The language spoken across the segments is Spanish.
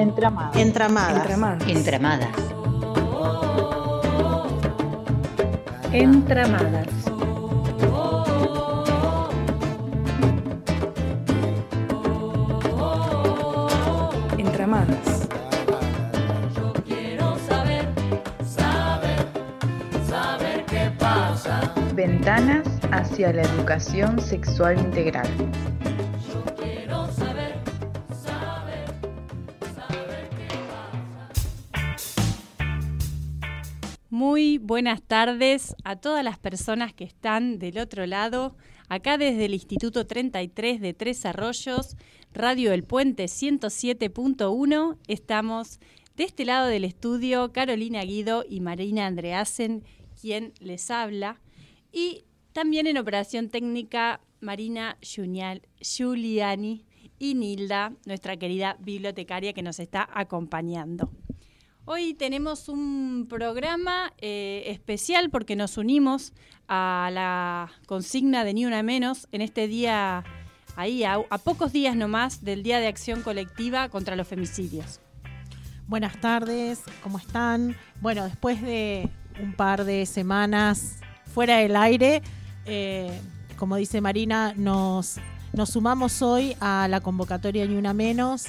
Entramadas. Entramadas. Entramadas. Entramadas. Entramadas. Entramadas. Yo quiero saber qué pasa. Ventanas hacia la educación sexual integral. Yo quiero saber qué pasa. Muy buenas tardes a todas las personas que están del otro lado. Acá desde el Instituto 33 de Tres Arroyos, Radio El Puente 107.1, estamos de este lado del estudio Carolina Guido y Marina Andreasen, quien les habla, y también en operación técnica Marina Giuliani y Nilda, nuestra querida bibliotecaria que nos está acompañando. Hoy tenemos un programa especial porque nos unimos a la consigna de Ni Una Menos en este día, ahí a pocos días nomás del Día de Acción Colectiva contra los Femicidios. Buenas tardes, ¿cómo están? Bueno, después de un par de semanas fuera del aire, como dice Marina, nos sumamos hoy a la convocatoria Ni Una Menos,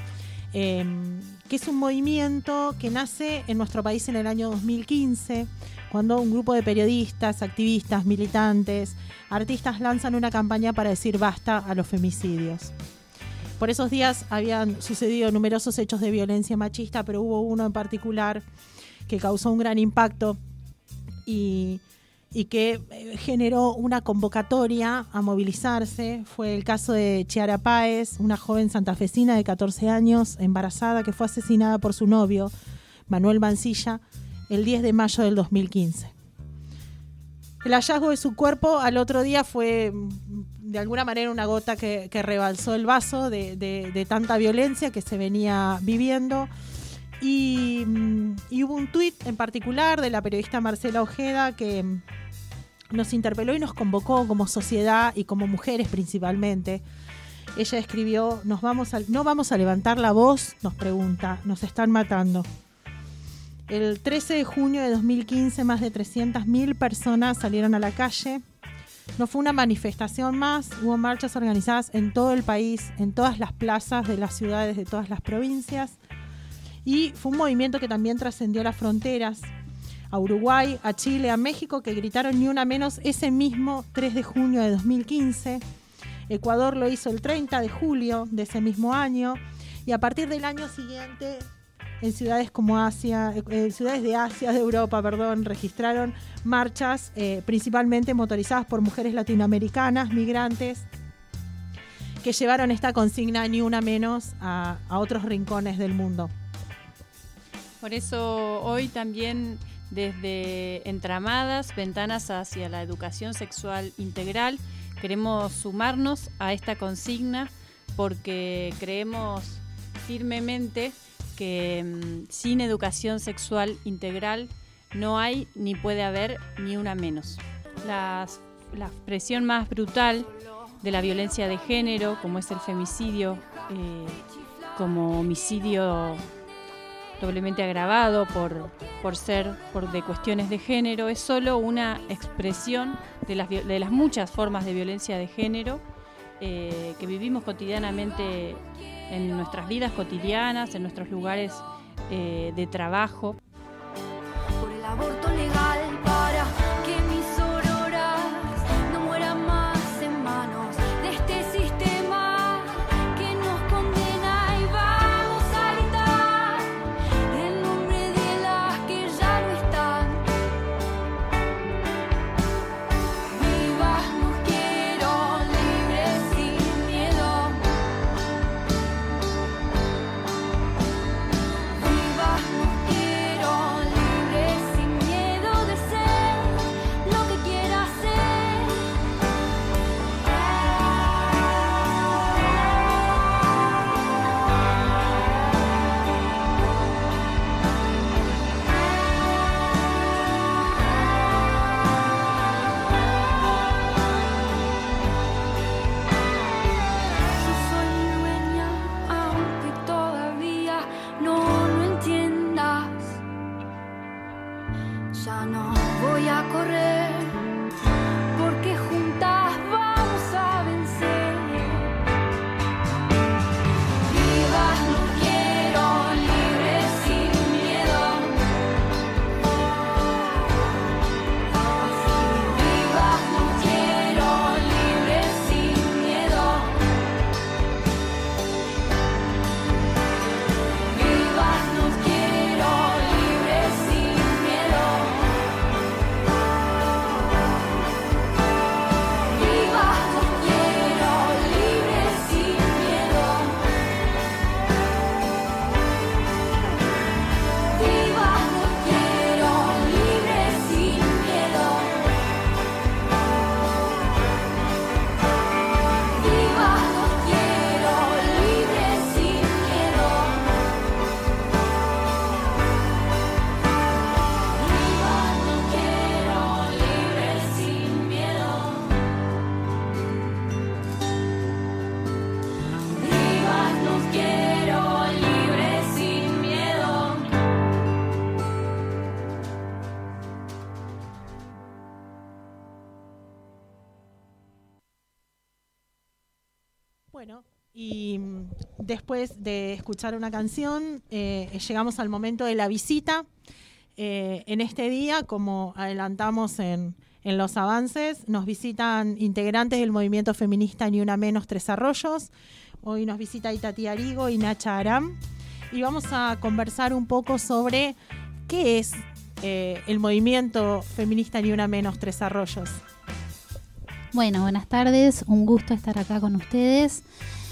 que es un movimiento que nace en nuestro país en el año 2015, cuando un grupo de periodistas, activistas, militantes, artistas lanzan una campaña para decir basta a los femicidios. Por esos días habían sucedido numerosos hechos de violencia machista, pero hubo uno en particular que causó un gran impacto y que generó una convocatoria a movilizarse. Fue el caso de Chiara Páez, una joven santafesina de 14 años, embarazada, que fue asesinada por su novio, Manuel Mancilla, el 10 de mayo del 2015. El hallazgo de su cuerpo al otro día fue, de alguna manera, una gota que rebalsó el vaso de tanta violencia que se venía viviendo. Y hubo un tuit en particular de la periodista Marcela Ojeda que nos interpeló y nos convocó como sociedad y como mujeres principalmente. Ella escribió: no vamos a levantar la voz, nos pregunta, nos están matando. El 13 de junio de 2015 más de 300.000 personas salieron a la calle. No fue una manifestación más, hubo marchas organizadas en todo el país, en todas las plazas de las ciudades de todas las provincias. Y fue un movimiento que también trascendió las fronteras, a Uruguay, a Chile, a México, que gritaron Ni Una Menos ese mismo 3 de junio de 2015. Ecuador lo hizo el 30 de julio de ese mismo año. Y a partir del año siguiente, en ciudades como ciudades de Asia, de Europa, registraron marchas principalmente motorizadas por mujeres latinoamericanas, migrantes, que llevaron esta consigna Ni Una Menos a otros rincones del mundo. Por eso hoy también desde Entramadas, Ventanas hacia la Educación Sexual Integral, queremos sumarnos a esta consigna porque creemos firmemente que sin educación sexual integral no hay ni puede haber ni una menos. La expresión más brutal de la violencia de género, como es el femicidio, como homicidio doblemente agravado por de cuestiones de género, es solo una expresión de las muchas formas de violencia de género que vivimos cotidianamente en nuestras vidas cotidianas, en nuestros lugares de trabajo. Por el aborto legal, para que mis sororas no mueran más en manos de este sistema que nos condena, y vamos a gritar el nombre de las que ya no están. Vivas nos quiero, libres sin miedo. Vivas nos quiero, libres sin miedo. Ya no voy a correr, porque juntas vamos a vencer. Vivas nos quiero, libres sin miedo. Vivas nos quiero, libres sin miedo. Vivas nos quiero, libres sin miedo. Vivas nos quiero, libres sin miedo. Vivas nos quiero, libres sin miedo. Vivas nos quiero, libres sin miedo. Vivas nos quiero, libres sin miedo. Vivas nos quiero, libres sin miedo. Bueno, y después de escuchar una canción, llegamos al momento de la visita. En este día, como adelantamos en los avances, nos visitan integrantes del movimiento feminista Ni Una Menos Tres Arroyos. Hoy nos visita Itatí Arigo y Nacha Aram. Y vamos a conversar un poco sobre qué es el movimiento feminista Ni Una Menos Tres Arroyos. Bueno, buenas tardes, un gusto estar acá con ustedes.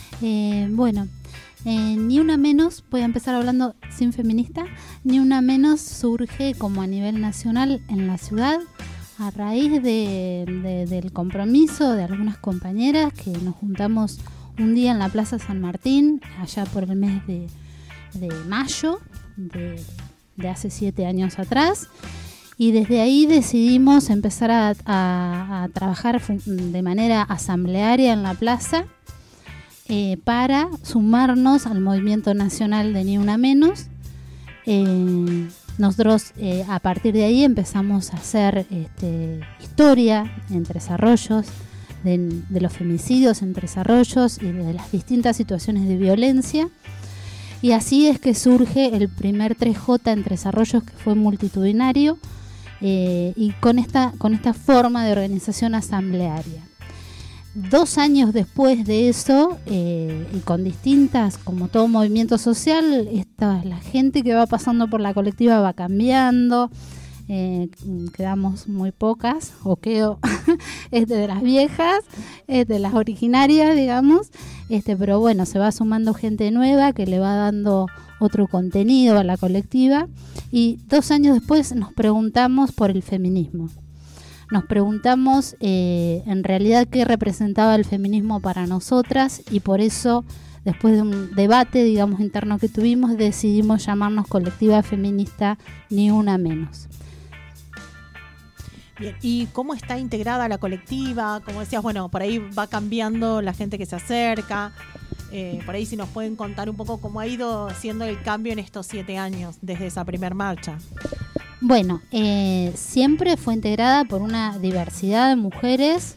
Ni Una Menos, voy a empezar hablando sin feminista. Ni Una Menos surge como a nivel nacional en la ciudad a raíz del compromiso de algunas compañeras que nos juntamos un día en la Plaza San Martín, allá por el mes de mayo de hace 7 años atrás. Y desde ahí decidimos empezar a trabajar de manera asamblearia en la plaza para sumarnos al movimiento nacional de Ni Una Menos. Nosotros a partir de ahí empezamos a hacer historia en Tres Arroyos, de los femicidios en Tres Arroyos y de las distintas situaciones de violencia. Y así es que surge el primer 3J en Tres Arroyos, que fue multitudinario, y con esta forma de organización asamblearia. 2 años después de eso, y con distintas, como todo movimiento social, la gente que va pasando por la colectiva va cambiando, quedamos muy pocas, o quedo de las viejas, de las originarias, digamos, pero bueno, se va sumando gente nueva que le va dando otro contenido a la colectiva. Y 2 años después nos preguntamos por el feminismo. Nos preguntamos en realidad qué representaba el feminismo para nosotras, y por eso, después de un debate, digamos, interno que tuvimos, decidimos llamarnos Colectiva Feminista Ni Una Menos. Bien, ¿y cómo está integrada la colectiva? Como decías, bueno, por ahí va cambiando la gente que se acerca. Por ahí si nos pueden contar un poco cómo ha ido siendo el cambio en estos 7 años, desde esa primer marcha. Bueno, siempre fue integrada por una diversidad de mujeres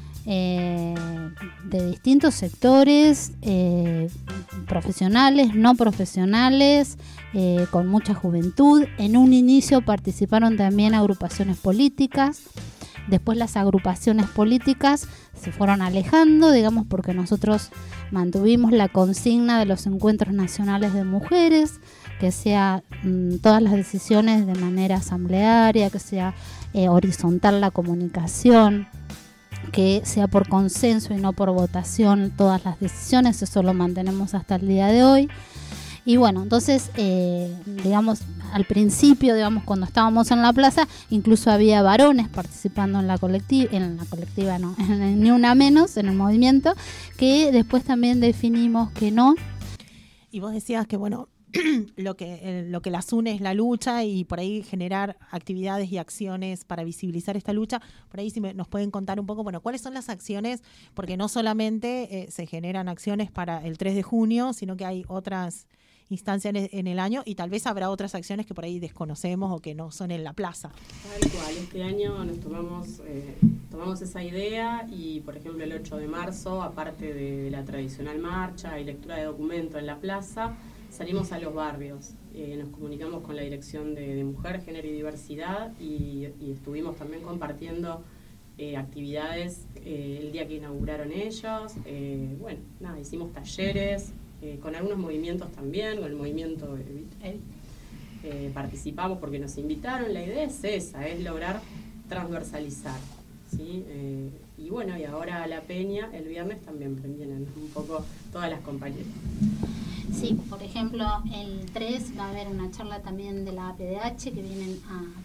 de distintos sectores, profesionales, no profesionales, con mucha juventud. En un inicio participaron también agrupaciones políticas. Después las agrupaciones políticas se fueron alejando, digamos, porque nosotros mantuvimos la consigna de los encuentros nacionales de mujeres, que sea todas las decisiones de manera asamblearia, que sea horizontal la comunicación, que sea por consenso y no por votación todas las decisiones. Eso lo mantenemos hasta el día de hoy. Y bueno, entonces, digamos, al principio, digamos, cuando estábamos en la plaza, incluso había varones participando en la colectiva no, en Ni Una Menos, en el movimiento, que después también definimos que no. Y vos decías que, bueno, lo que las une es la lucha, y por ahí generar actividades y acciones para visibilizar esta lucha. Por ahí si nos pueden contar un poco, bueno, cuáles son las acciones, porque no solamente se generan acciones para el 3 de junio, sino que hay otras instancia en el año, y tal vez habrá otras acciones que por ahí desconocemos o que no son en la plaza. Tal cual, este año nos tomamos esa idea y, por ejemplo, el 8 de marzo, aparte de la tradicional marcha y lectura de documento en la plaza, salimos a los barrios, nos comunicamos con la Dirección de Mujer, Género y Diversidad y estuvimos también compartiendo actividades el día que inauguraron ellos. Bueno, nada, hicimos talleres con algunos movimientos también, con el movimiento participamos porque nos invitaron. La idea es esa, es lograr transversalizar, ¿sí? Y bueno, y ahora a la Peña el viernes también vienen un poco todas las compañeras. Sí, por ejemplo, el 3 va a haber una charla también de la APDH que vienen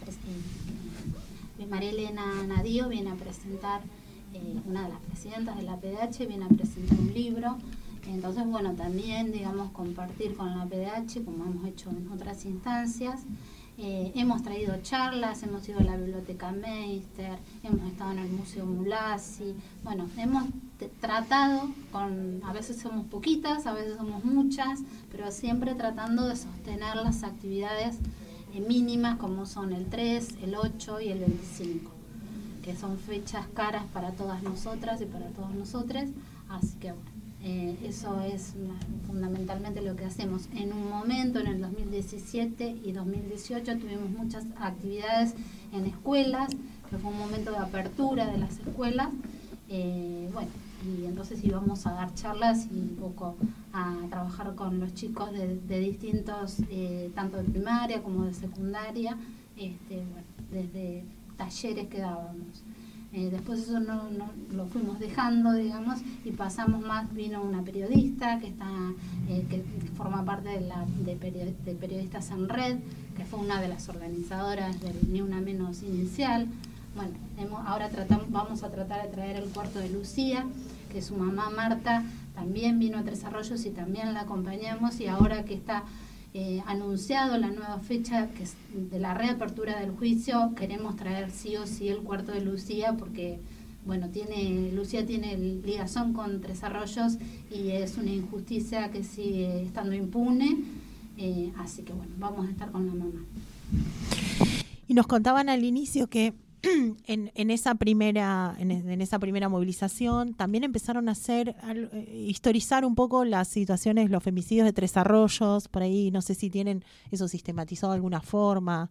María Elena Nadío viene a presentar, una de las presidentas de la APDH viene a presentar un libro. Entonces, bueno, también, digamos, compartir con la APDH, como hemos hecho en otras instancias. Hemos traído charlas, hemos ido a la Biblioteca Meister, hemos estado en el Museo Mulasi. Bueno, hemos tratado a veces somos poquitas, a veces somos muchas, pero siempre tratando de sostener las actividades mínimas como son el 3, el 8 y el 25, que son fechas caras para todas nosotras y para todos nosotros. Así que bueno, eso es fundamentalmente lo que hacemos. En un momento, en el 2017 y 2018, tuvimos muchas actividades en escuelas, que fue un momento de apertura de las escuelas. Bueno, y entonces íbamos a dar charlas y un poco a trabajar con los chicos de distintos, tanto de primaria como de secundaria, bueno, desde talleres que dábamos. Después eso no lo fuimos dejando, digamos, y pasamos más. Vino una periodista que forma parte de Periodistas en Red, que fue una de las organizadoras del Ni Una Menos inicial. Bueno, ahora vamos a tratar de traer el cuarto de Lucía, que su mamá Marta también vino a Tres Arroyos y también la acompañamos, y ahora que está anunciado la nueva fecha que es de la reapertura del juicio, queremos traer sí o sí el cuarto de Lucía, porque bueno, Lucía tiene ligación con Tres Arroyos y es una injusticia que sigue estando impune, así que bueno, vamos a estar con la mamá. Y nos contaban al inicio que en esa primera movilización también empezaron a historizar un poco las situaciones, los femicidios de Tres Arroyos, por ahí no sé si tienen eso sistematizado de alguna forma.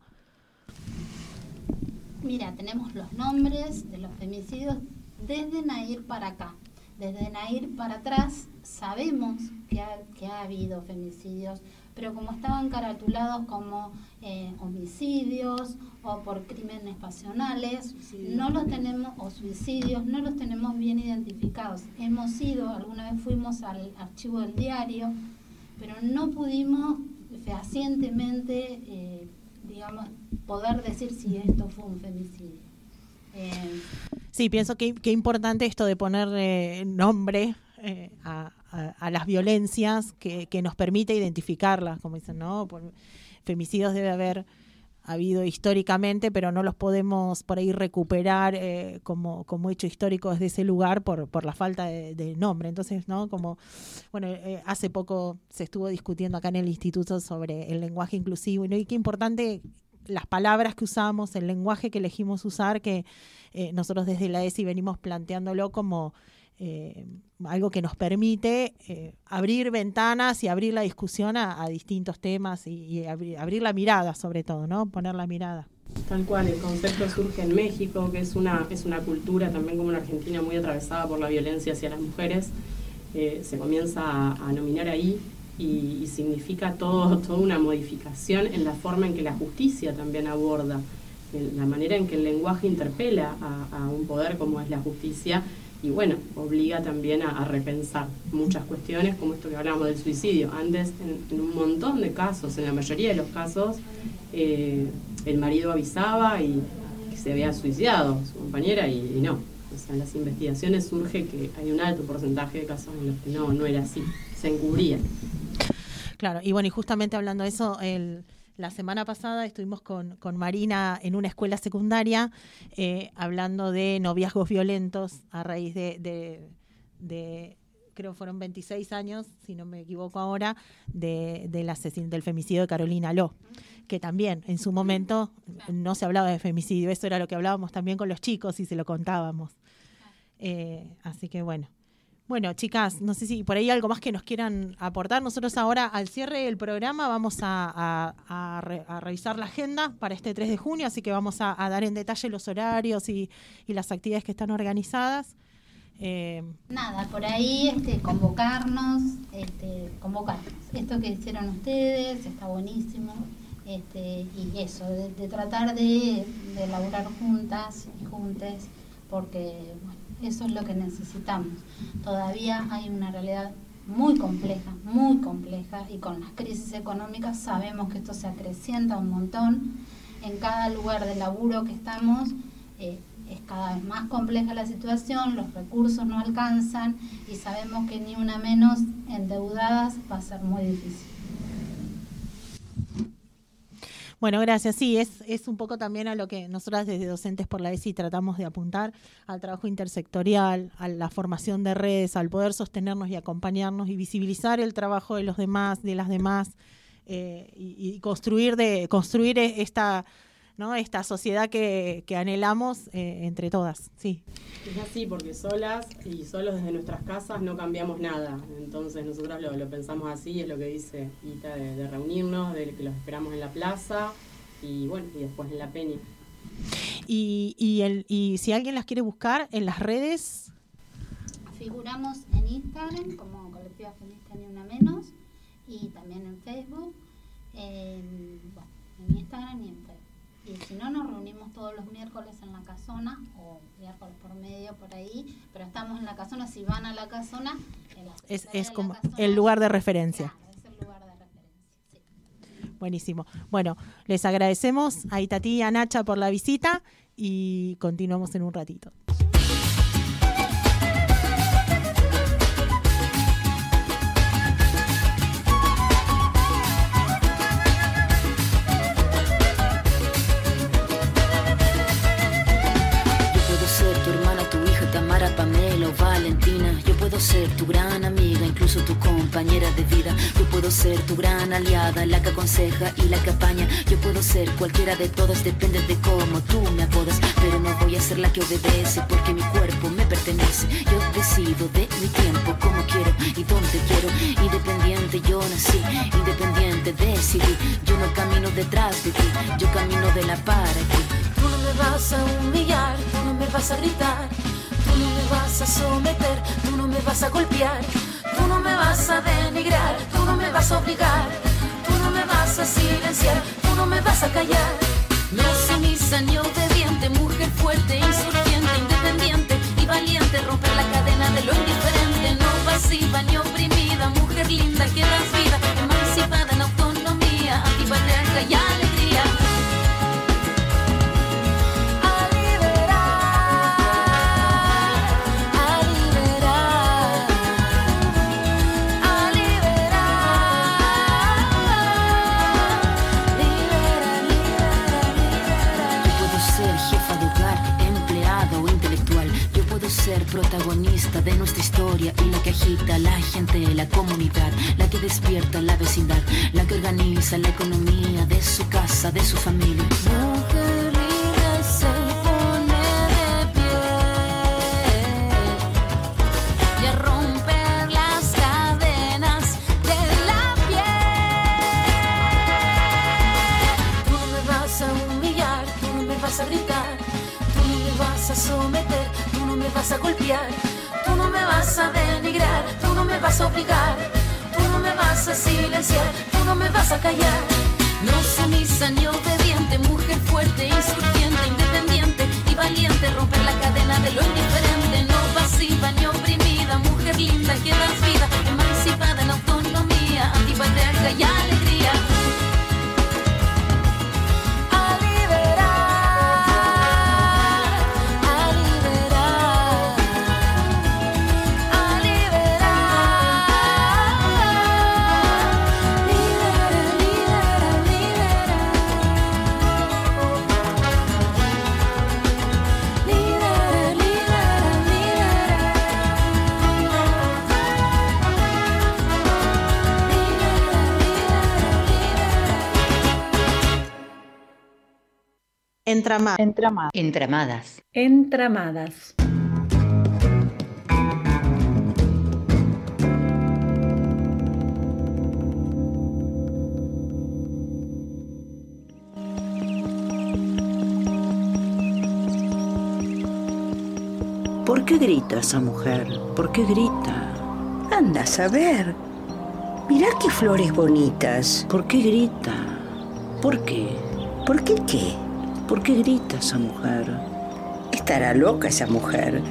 Mira, tenemos los nombres de los femicidios desde Nair para acá. Desde Nair para atrás sabemos que ha habido femicidios, pero como estaban caratulados como homicidios o por crímenes pasionales, no los tenemos, o suicidios, no los tenemos bien identificados. Alguna vez fuimos al archivo del diario, pero no pudimos fehacientemente, digamos, poder decir si esto fue un femicidio. Sí, pienso que importante esto de poner nombre a las violencias que nos permite identificarlas, como dicen, ¿no? Femicidios debe haber habido históricamente, pero no los podemos por ahí recuperar como hecho histórico desde ese lugar por la falta de nombre. Entonces, ¿no? Hace poco se estuvo discutiendo acá en el instituto sobre el lenguaje inclusivo, ¿no? Y qué importante las palabras que usamos, el lenguaje que elegimos usar, que nosotros desde la ESI venimos planteándolo como algo que nos permite abrir ventanas y abrir la discusión a distintos temas y abrir la mirada, sobre todo, ¿no? Poner la mirada. Tal cual, el concepto surge en México, que es una cultura también como en Argentina muy atravesada por la violencia hacia las mujeres. Se comienza a nominar ahí y significa toda una modificación en la forma en que la justicia también aborda, en la manera en que el lenguaje interpela a un poder como es la justicia. Y bueno, obliga también a repensar muchas cuestiones, como esto que hablábamos del suicidio. Antes, en un montón de casos, en la mayoría de los casos, el marido avisaba y se había suicidado su compañera y no. O sea, en las investigaciones surge que hay un alto porcentaje de casos en los que no era así, se encubría. Claro, y bueno, y justamente hablando de eso, la semana pasada estuvimos con Marina en una escuela secundaria hablando de noviazgos violentos a raíz de creo fueron 26 años, si no me equivoco ahora, del femicidio de Carolina Ló, que también en su momento no se hablaba de femicidio, eso era lo que hablábamos también con los chicos y se lo contábamos. Así que bueno. Bueno, chicas, no sé si por ahí algo más que nos quieran aportar. Nosotros ahora, al cierre del programa, vamos a revisar la agenda para este 3 de junio, así que vamos a dar en detalle los horarios y las actividades que están organizadas. Nada, por ahí convocarnos. Esto que hicieron ustedes está buenísimo. Y eso, de tratar de laburar juntas y juntes, porque bueno, eso es lo que necesitamos. Todavía hay una realidad muy compleja, y con las crisis económicas sabemos que esto se acrecienta un montón. En cada lugar de laburo que estamos es cada vez más compleja la situación, los recursos no alcanzan y sabemos que ni una menos endeudadas va a ser muy difícil. Bueno, gracias. Sí, es un poco también a lo que nosotras desde Docentes por la ESI tratamos de apuntar, al trabajo intersectorial, a la formación de redes, al poder sostenernos y acompañarnos y visibilizar el trabajo de los demás, de las demás, y construir esta, ¿no?, esta sociedad que anhelamos entre todas. Sí. Es así, porque solas y solos desde nuestras casas no cambiamos nada. Entonces nosotros lo pensamos así, es lo que dice Ita, de reunirnos, de que los esperamos en la plaza y bueno, y después en la peña. Y si alguien las quiere buscar en las redes. Figuramos en Instagram como Colectiva Feminista Ni Una Menos y también en Facebook, en Instagram y en Facebook. Y si no, nos reunimos todos los miércoles en la Casona, o miércoles por medio por ahí, pero estamos en la Casona. Si van a la Casona, es como el lugar de referencia. Claro, es el lugar de referencia, sí. Buenísimo. Bueno, les agradecemos a Itatí y a Nacha por la visita y continuamos en un ratito. Pamela o Valentina, yo puedo ser tu gran amiga, incluso tu compañera de vida. Yo puedo ser tu gran aliada, la que aconseja y la que apaña. Yo puedo ser cualquiera de todas, depende de cómo tú me apodas. Pero no voy a ser la que obedece, porque mi cuerpo me pertenece. Yo decido de mi tiempo, como quiero y donde quiero. Independiente yo nací, independiente decidí. Yo no camino detrás de ti, yo camino de la para ti. Tú no me vas a humillar, tú no me vas a gritar. Tú no me vas a someter, tú no me vas a golpear, tú no me vas a denigrar, tú no me vas a obligar, tú no me vas a silenciar, tú no me vas a callar. No sumisa ni obediente, mujer fuerte, insurgente, independiente y valiente, romper la cadena de lo indiferente, no pasiva ni oprimida, mujer linda que das vida, emancipada en autonomía, antipatriarca y alegría. Ser protagonista de nuestra historia y la que agita a la gente, la comunidad, la que despierta la vecindad, la que organiza la economía de su casa, de su familia. Mujer libre se pone de pie y a romper las cadenas de la piel. Tú no me vas a humillar, tú no me vas a gritar, tú no me vas a someter, tú no me vas a golpear, tú no me vas a denigrar, tú no me vas a obligar, tú no me vas a silenciar, tú no me vas a callar. No sumisa ni obediente, mujer fuerte, insurgente, independiente y valiente, romper la cadena de lo indiferente, no pasiva ni oprimida, mujer linda que das vida, emancipada en autonomía, antipatriarca y alegría. Entramadas. Entramadas. ¿Por qué grita esa mujer? ¿Por qué grita? Anda a saber. Mirá qué flores bonitas. ¿Por qué grita? ¿Por qué? ¿Por qué qué? ¿Por qué grita esa mujer? Estará loca esa mujer.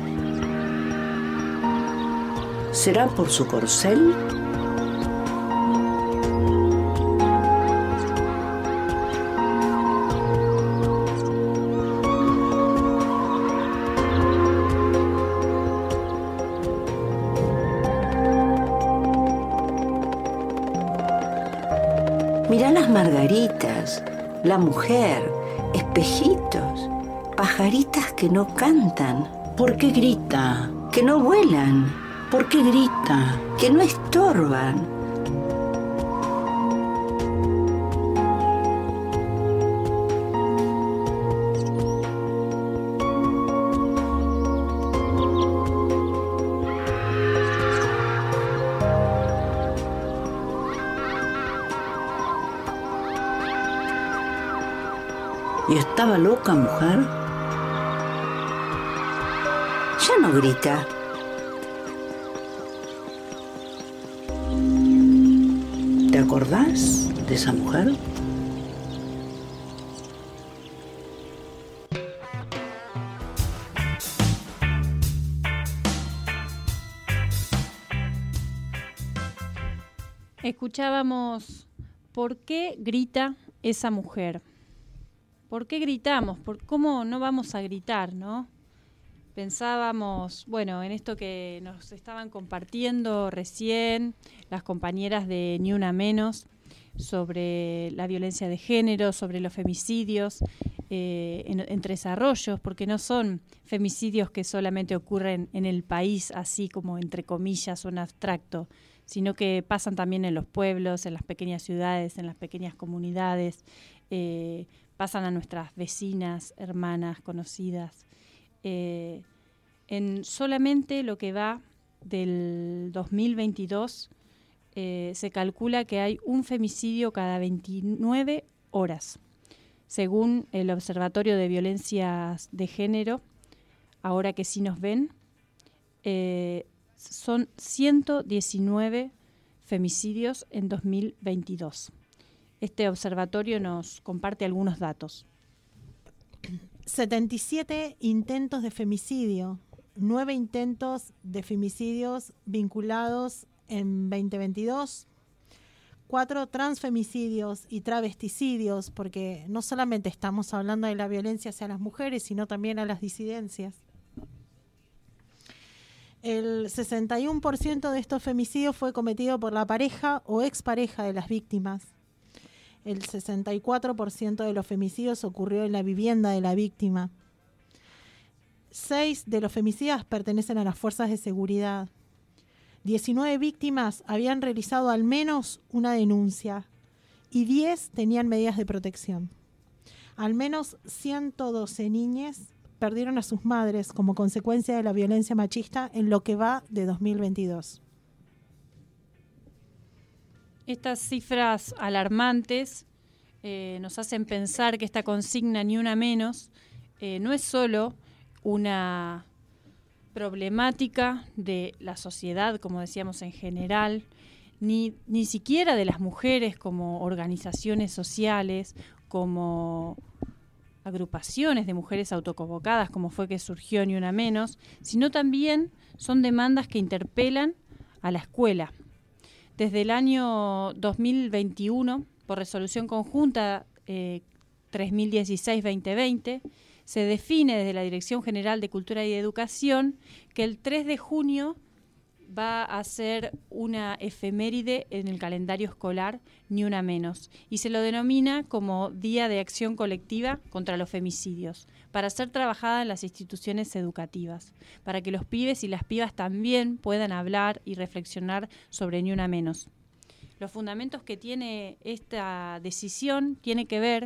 ¿Será por su corcel? Mirá las margaritas, la mujer, espejitos, pajaritas que no cantan. ¿Por qué grita? Que no vuelan. ¿Por qué grita? Que no estorban. ¿Y estaba loca, mujer? Ya no grita. ¿Te acordás de esa mujer? Escuchábamos ¿por qué grita esa mujer? ¿Por qué gritamos? ¿Cómo no vamos a gritar, no? Pensábamos, bueno, en esto que nos estaban compartiendo recién las compañeras de Ni Una Menos sobre la violencia de género, sobre los femicidios en Tres Arroyos, porque no son femicidios que solamente ocurren en el país, así como entre comillas o en abstracto, sino que pasan también en los pueblos, en las pequeñas ciudades, en las pequeñas comunidades, pasan a nuestras vecinas, hermanas, conocidas. En solamente lo que va del 2022 se calcula que hay un femicidio cada 29 horas. Según el Observatorio de Violencias de Género, ahora que sí nos ven, son 119 femicidios en 2022. Este observatorio nos comparte algunos datos. 77 intentos de femicidio, 9 intentos de femicidios vinculados en 2022, 4 transfemicidios y travesticidios, porque no solamente estamos hablando de la violencia hacia las mujeres, sino también a las disidencias. El 61% de estos femicidios fue cometido por la pareja o expareja de las víctimas. El 64% de los femicidios ocurrió en la vivienda de la víctima. 6 de los femicidas pertenecen a las fuerzas de seguridad. 19 víctimas habían realizado al menos una denuncia y 10 tenían medidas de protección. Al menos 112 niñas perdieron a sus madres como consecuencia de la violencia machista en lo que va de 2022. Estas cifras alarmantes nos hacen pensar que esta consigna Ni Una Menos no es solo una problemática de la sociedad, como decíamos en general, ni siquiera de las mujeres como organizaciones sociales, como agrupaciones de mujeres autoconvocadas, como fue que surgió Ni Una Menos, sino también son demandas que interpelan a la escuela. Desde el año 2021, por resolución conjunta 3016-2020, se define desde la Dirección General de Cultura y Educación que el 3 de junio va a ser una efeméride en el calendario escolar Ni Una Menos, y se lo denomina como Día de Acción Colectiva contra los Femicidios, para ser trabajada en las instituciones educativas, para que los pibes y las pibas también puedan hablar y reflexionar sobre Ni Una Menos. Los fundamentos que tiene esta decisión tiene que ver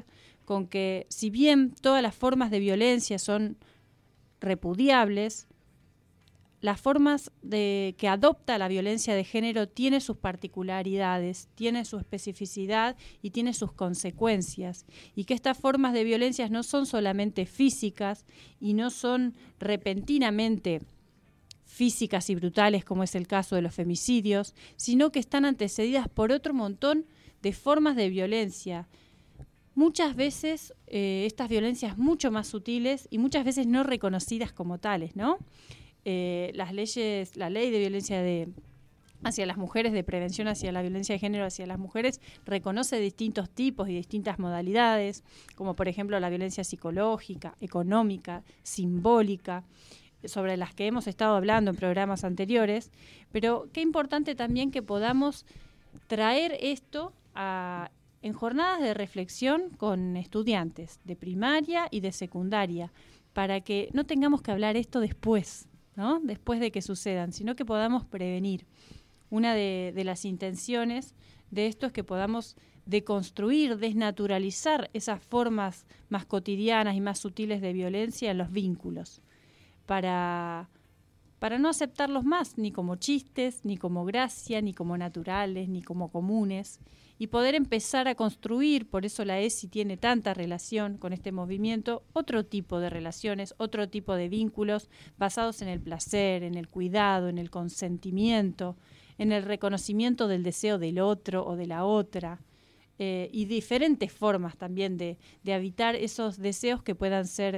con que, si bien todas las formas de violencia son repudiables, las formas que adopta la violencia de género tiene sus particularidades, tiene su especificidad y tiene sus consecuencias. Y que estas formas de violencia no son solamente físicas y no son repentinamente físicas y brutales, como es el caso de los femicidios, sino que están antecedidas por otro montón de formas de violencia. Muchas veces estas violencias mucho más sutiles y muchas veces no reconocidas como tales, ¿no? La ley de violencia hacia las mujeres, de prevención hacia la violencia de género hacia las mujeres, reconoce distintos tipos y distintas modalidades, como por ejemplo la violencia psicológica, económica, simbólica, sobre las que hemos estado hablando en programas anteriores, pero qué importante también que podamos traer esto en jornadas de reflexión con estudiantes de primaria y de secundaria, para que no tengamos que hablar esto después, ¿no? Después de que sucedan, sino que podamos prevenir. Una de las intenciones de esto es que podamos deconstruir, desnaturalizar esas formas más cotidianas y más sutiles de violencia en los vínculos, para no aceptarlos más, ni como chistes, ni como gracia, ni como naturales, ni como comunes, y poder empezar a construir, por eso la ESI tiene tanta relación con este movimiento, otro tipo de relaciones, otro tipo de vínculos basados en el placer, en el cuidado, en el consentimiento, en el reconocimiento del deseo del otro o de la otra, y diferentes formas también de habitar esos deseos que puedan ser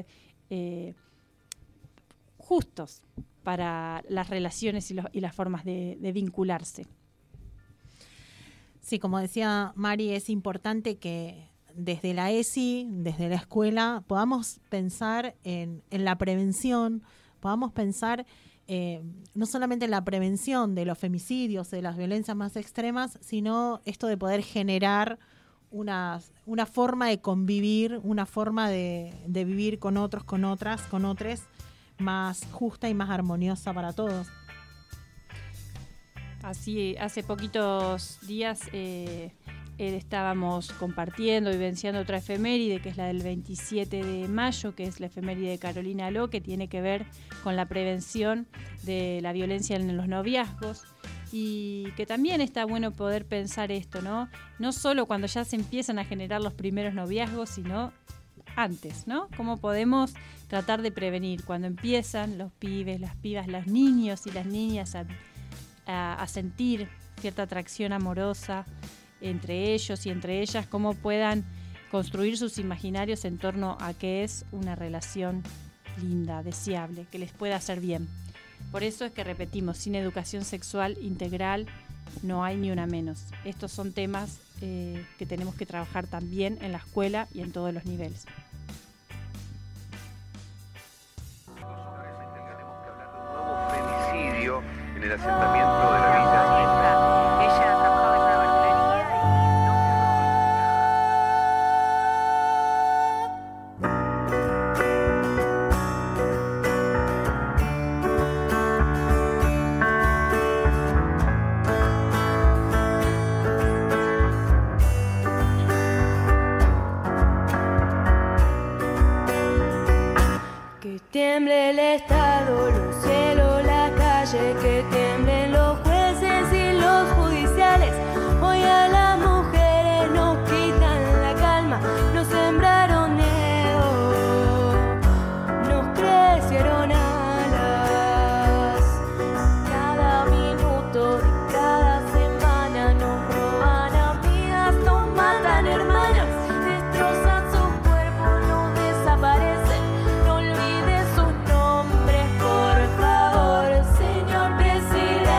justos para las relaciones y las formas de vincularse. Sí, como decía Mari, es importante que desde la ESI, desde la escuela, podamos pensar en la prevención, podamos pensar no solamente en la prevención de los femicidios, de las violencias más extremas, sino esto de poder generar una forma de convivir, una forma de vivir con otros, con otras, con otros, más justa y más armoniosa para todos. Así, hace poquitos días estábamos compartiendo, vivenciando otra efeméride, que es la del 27 de mayo, que es la efeméride de Carolina Ló, que tiene que ver con la prevención de la violencia en los noviazgos, y que también está bueno poder pensar esto, ¿no? No solo cuando ya se empiezan a generar los primeros noviazgos, sino antes, ¿no? Cómo podemos tratar de prevenir cuando empiezan los pibes, las pibas, los niños y las niñas a sentir cierta atracción amorosa entre ellos y entre ellas, cómo puedan construir sus imaginarios en torno a qué es una relación linda, deseable, que les pueda hacer bien. Por eso es que repetimos, sin educación sexual integral no hay ni una menos. Estos son temas que tenemos que trabajar también en la escuela y en todos los niveles. Femicidio en el asentamiento de la villa. Ella trabajaba en la Que tiemble el Estado, los cielos, la calle, que tiemblen los jueces y los judiciales. Hoy a las mujeres nos quitan la calma, nos sembraron miedo, nos crecieron alas. Cada minuto de cada semana nos roban amigas, nos matan hermanas, destrozan sus cuerpos, nos desaparecen. No olvides sus nombres, por favor, señor presidente.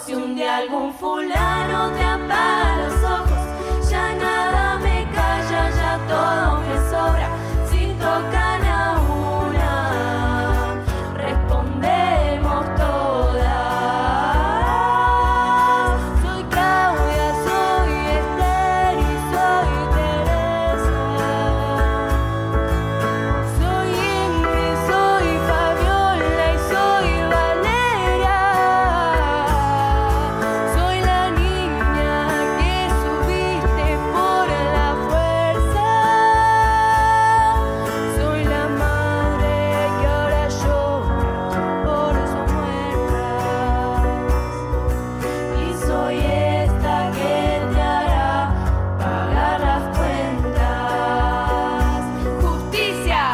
Si un día algún fulano te apaga los ojos, ya nada me calla, ya todo me sobra. Si tocan a una, respondemos todas. Soy Claudia, soy Esther y soy Teresa. Soy Ingrid, soy Fabiola y soy Valeria. Soy la niña que subiste por la fuerza. Soy la madre que ahora llora por sus muertas. Y soy esta que te hará pagar las cuentas. ¡Justicia!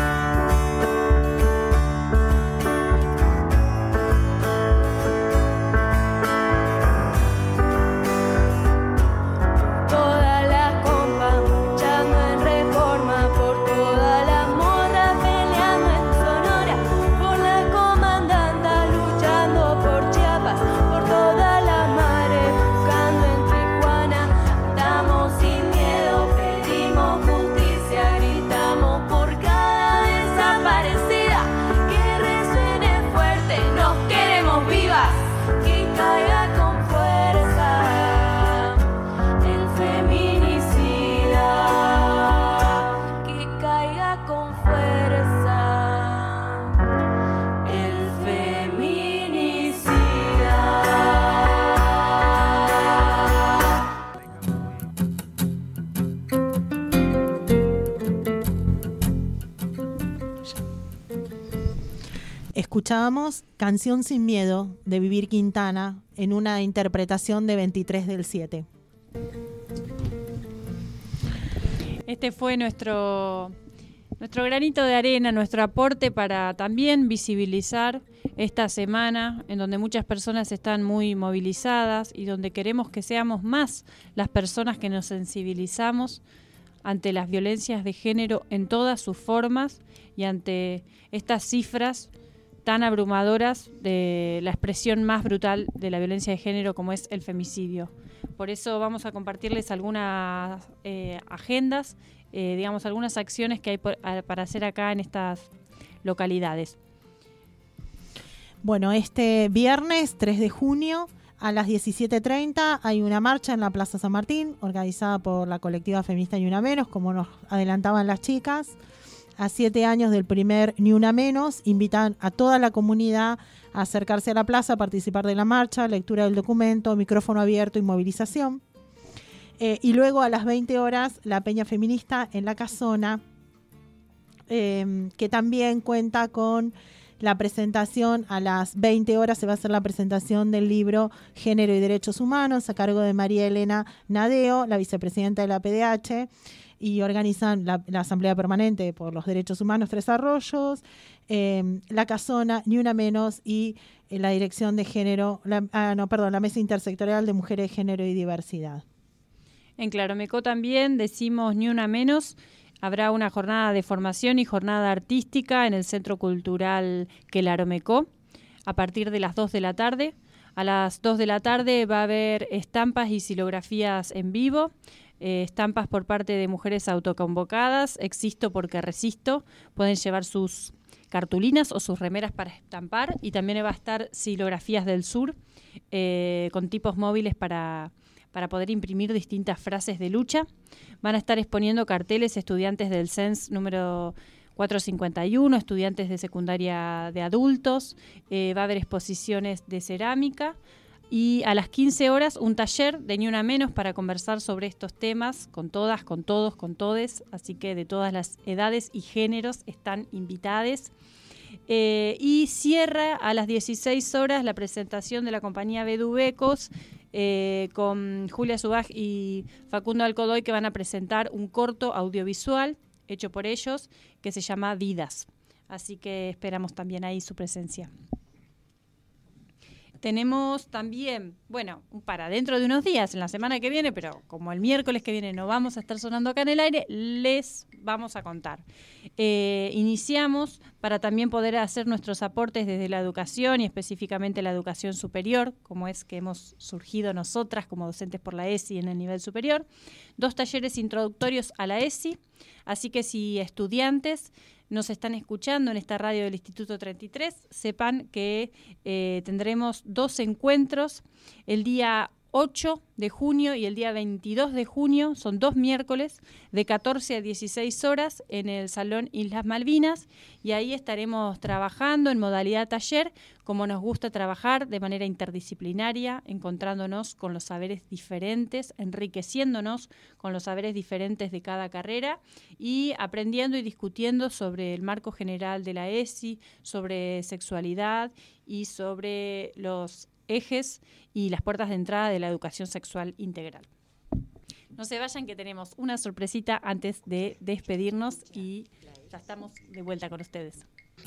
Todas las compas luchando en Reforma, por todas las morras peleando en Sonora, por las comandantas luchando por Chiapas, por todas las madres buscando en Tijuana. Estamos sin miedo, pedimos justicia, gritamos por cada desaparecida. Que resuene fuerte, nos queremos vivas, que caiga con fuerza el feminicida, que caiga con fuerza el feminicida. Escuchábamos Canción sin miedo de Vivir Quintana en una interpretación de 23/7. Este fue nuestro granito de arena, nuestro aporte para también visibilizar esta semana en donde muchas personas están muy movilizadas y donde queremos que seamos más las personas que nos sensibilizamos ante las violencias de género en todas sus formas y ante estas cifras tan abrumadoras de la expresión más brutal de la violencia de género como es el femicidio. Por eso vamos a compartirles algunas agendas, digamos algunas acciones que hay para hacer acá en estas localidades. Bueno, este viernes 3 de junio a las 17:30 hay una marcha en la Plaza San Martín organizada por la colectiva feminista Ni Una Menos, como nos adelantaban las chicas. A 7 años del primer Ni Una Menos, invitan a toda la comunidad a acercarse a la plaza, a participar de la marcha, lectura del documento, micrófono abierto y movilización. Y luego a las 20 horas, la Peña Feminista en la Casona, que también cuenta con la presentación. A las 20 horas se va a hacer la presentación del libro Género y Derechos Humanos, a cargo de María Elena Nadeo, la vicepresidenta de la PDH, y organizan la Asamblea Permanente por los Derechos Humanos Tres Arroyos, la Casona, Ni Una Menos y la Dirección de Género, la Mesa Intersectorial de Mujeres, Género y Diversidad. En Claromecó también decimos Ni Una Menos. Habrá una jornada de formación y jornada artística en el Centro Cultural Claromecó a partir de las 2 de la tarde. A las 2 de la tarde va a haber estampas y xilografías en vivo, estampas por parte de mujeres autoconvocadas, Existo porque resisto. Pueden llevar sus cartulinas o sus remeras para estampar, y también va a estar xilografías del sur con tipos móviles para poder imprimir distintas frases de lucha. Van a estar exponiendo carteles estudiantes del CENS número 451, estudiantes de secundaria de adultos, va a haber exposiciones de cerámica, y a las 15 horas un taller de Ni Una Menos para conversar sobre estos temas con todas, con todos, con todes, así que de todas las edades y géneros están invitadas. Y cierra a las 16 horas la presentación de la compañía Bedubecos, con Julia Subaj y Facundo Alcodoy, que van a presentar un corto audiovisual hecho por ellos que se llama Vidas. Así que esperamos también ahí su presencia. tenemos también, bueno, para dentro de unos días, en la semana que viene, pero como el miércoles que viene no vamos a estar sonando acá en el aire, les vamos a contar. Iniciamos para también poder hacer nuestros aportes desde la educación y específicamente la educación superior, como es que hemos surgido nosotras como docentes por la ESI en el nivel superior, 2 talleres introductorios a la ESI, así que si estudiantes nos están escuchando en esta radio del Instituto 33, sepan que tendremos 2 encuentros el día 8 de junio y el día 22 de junio, son 2 miércoles, de 14 a 16 horas en el Salón Islas Malvinas, y ahí estaremos trabajando en modalidad taller, como nos gusta trabajar de manera interdisciplinaria, encontrándonos con los saberes diferentes, enriqueciéndonos con los saberes diferentes de cada carrera y aprendiendo y discutiendo sobre el marco general de la ESI, sobre sexualidad y sobre los ejes y las puertas de entrada de la educación sexual integral. No se vayan, que tenemos una sorpresita antes de despedirnos y ya estamos de vuelta con ustedes.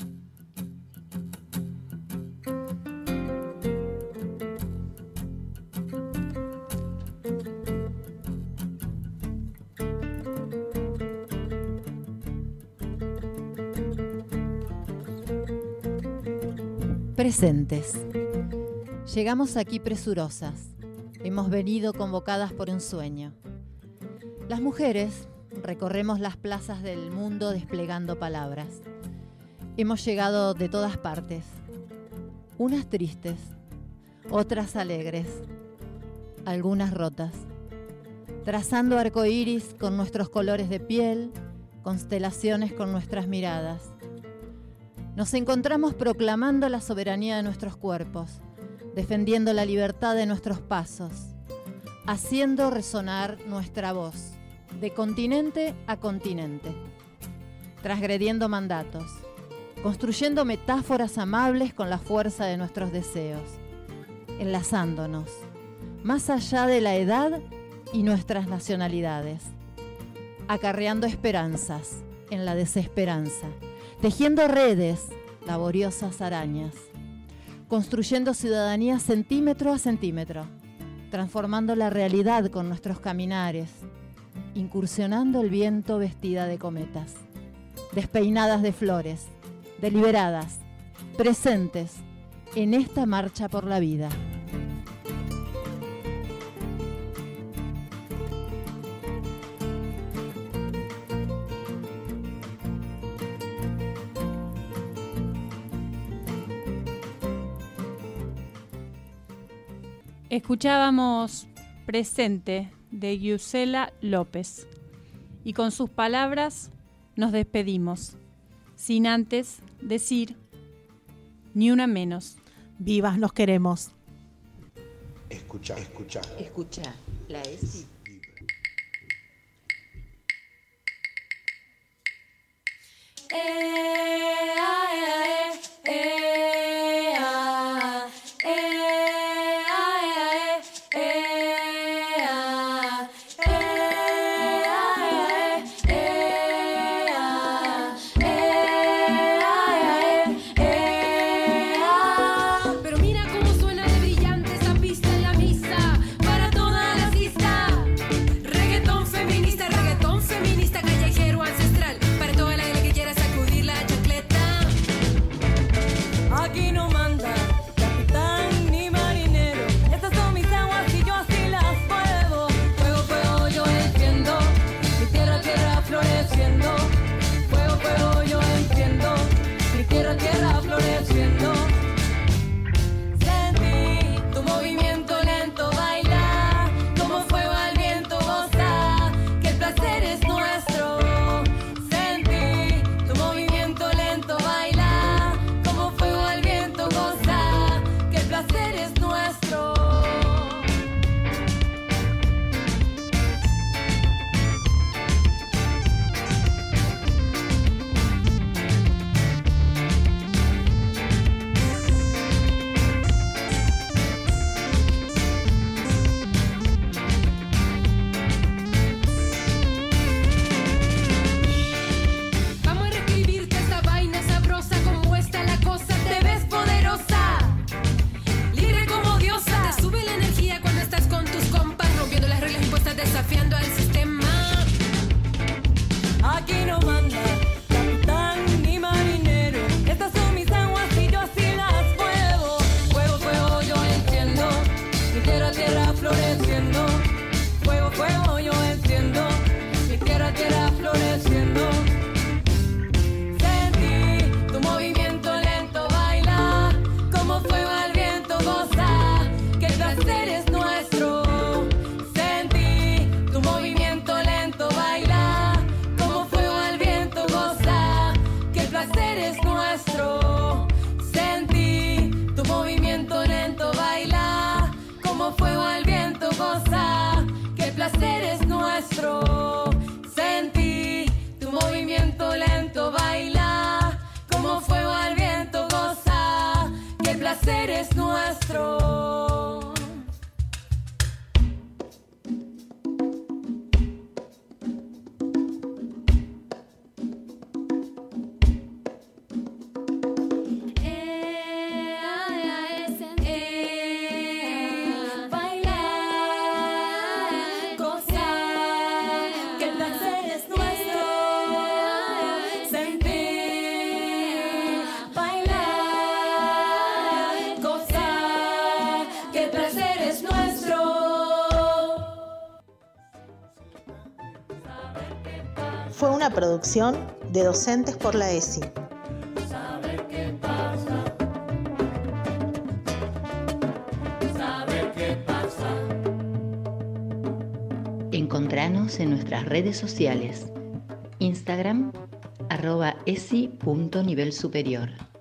Presentes. Llegamos aquí presurosas. Hemos venido convocadas por un sueño. Las mujeres recorremos las plazas del mundo desplegando palabras. Hemos llegado de todas partes. Unas tristes, otras alegres, algunas rotas. Trazando arcoíris con nuestros colores de piel, constelaciones con nuestras miradas. Nos encontramos proclamando la soberanía de nuestros cuerpos, defendiendo la libertad de nuestros pasos, haciendo resonar nuestra voz, de continente a continente, transgrediendo mandatos, construyendo metáforas amables con la fuerza de nuestros deseos, enlazándonos, más allá de la edad y nuestras nacionalidades, acarreando esperanzas en la desesperanza, tejiendo redes, laboriosas arañas, construyendo ciudadanía centímetro a centímetro, transformando la realidad con nuestros caminares, incursionando el viento vestida de cometas, despeinadas de flores, deliberadas, presentes en esta marcha por la vida. Escuchábamos Presente de Gisela López y con sus palabras nos despedimos, sin antes decir ni una menos. Vivas nos queremos. Escucha. Escucha, la ESI. Pero mira cómo suena de brillante esa pista en la misa para toda la fiesta. Reggaetón feminista callejero ancestral para toda la que quiera sacudir la chancla. nuestro. Sentí tu movimiento lento, baila como fuego al viento, goza que el placer es nuestro. Fue una producción de Docentes por la ESI. Saber qué pasa. Saber qué pasa. Encontranos en nuestras redes sociales. Instagram @esi.nivelsuperior.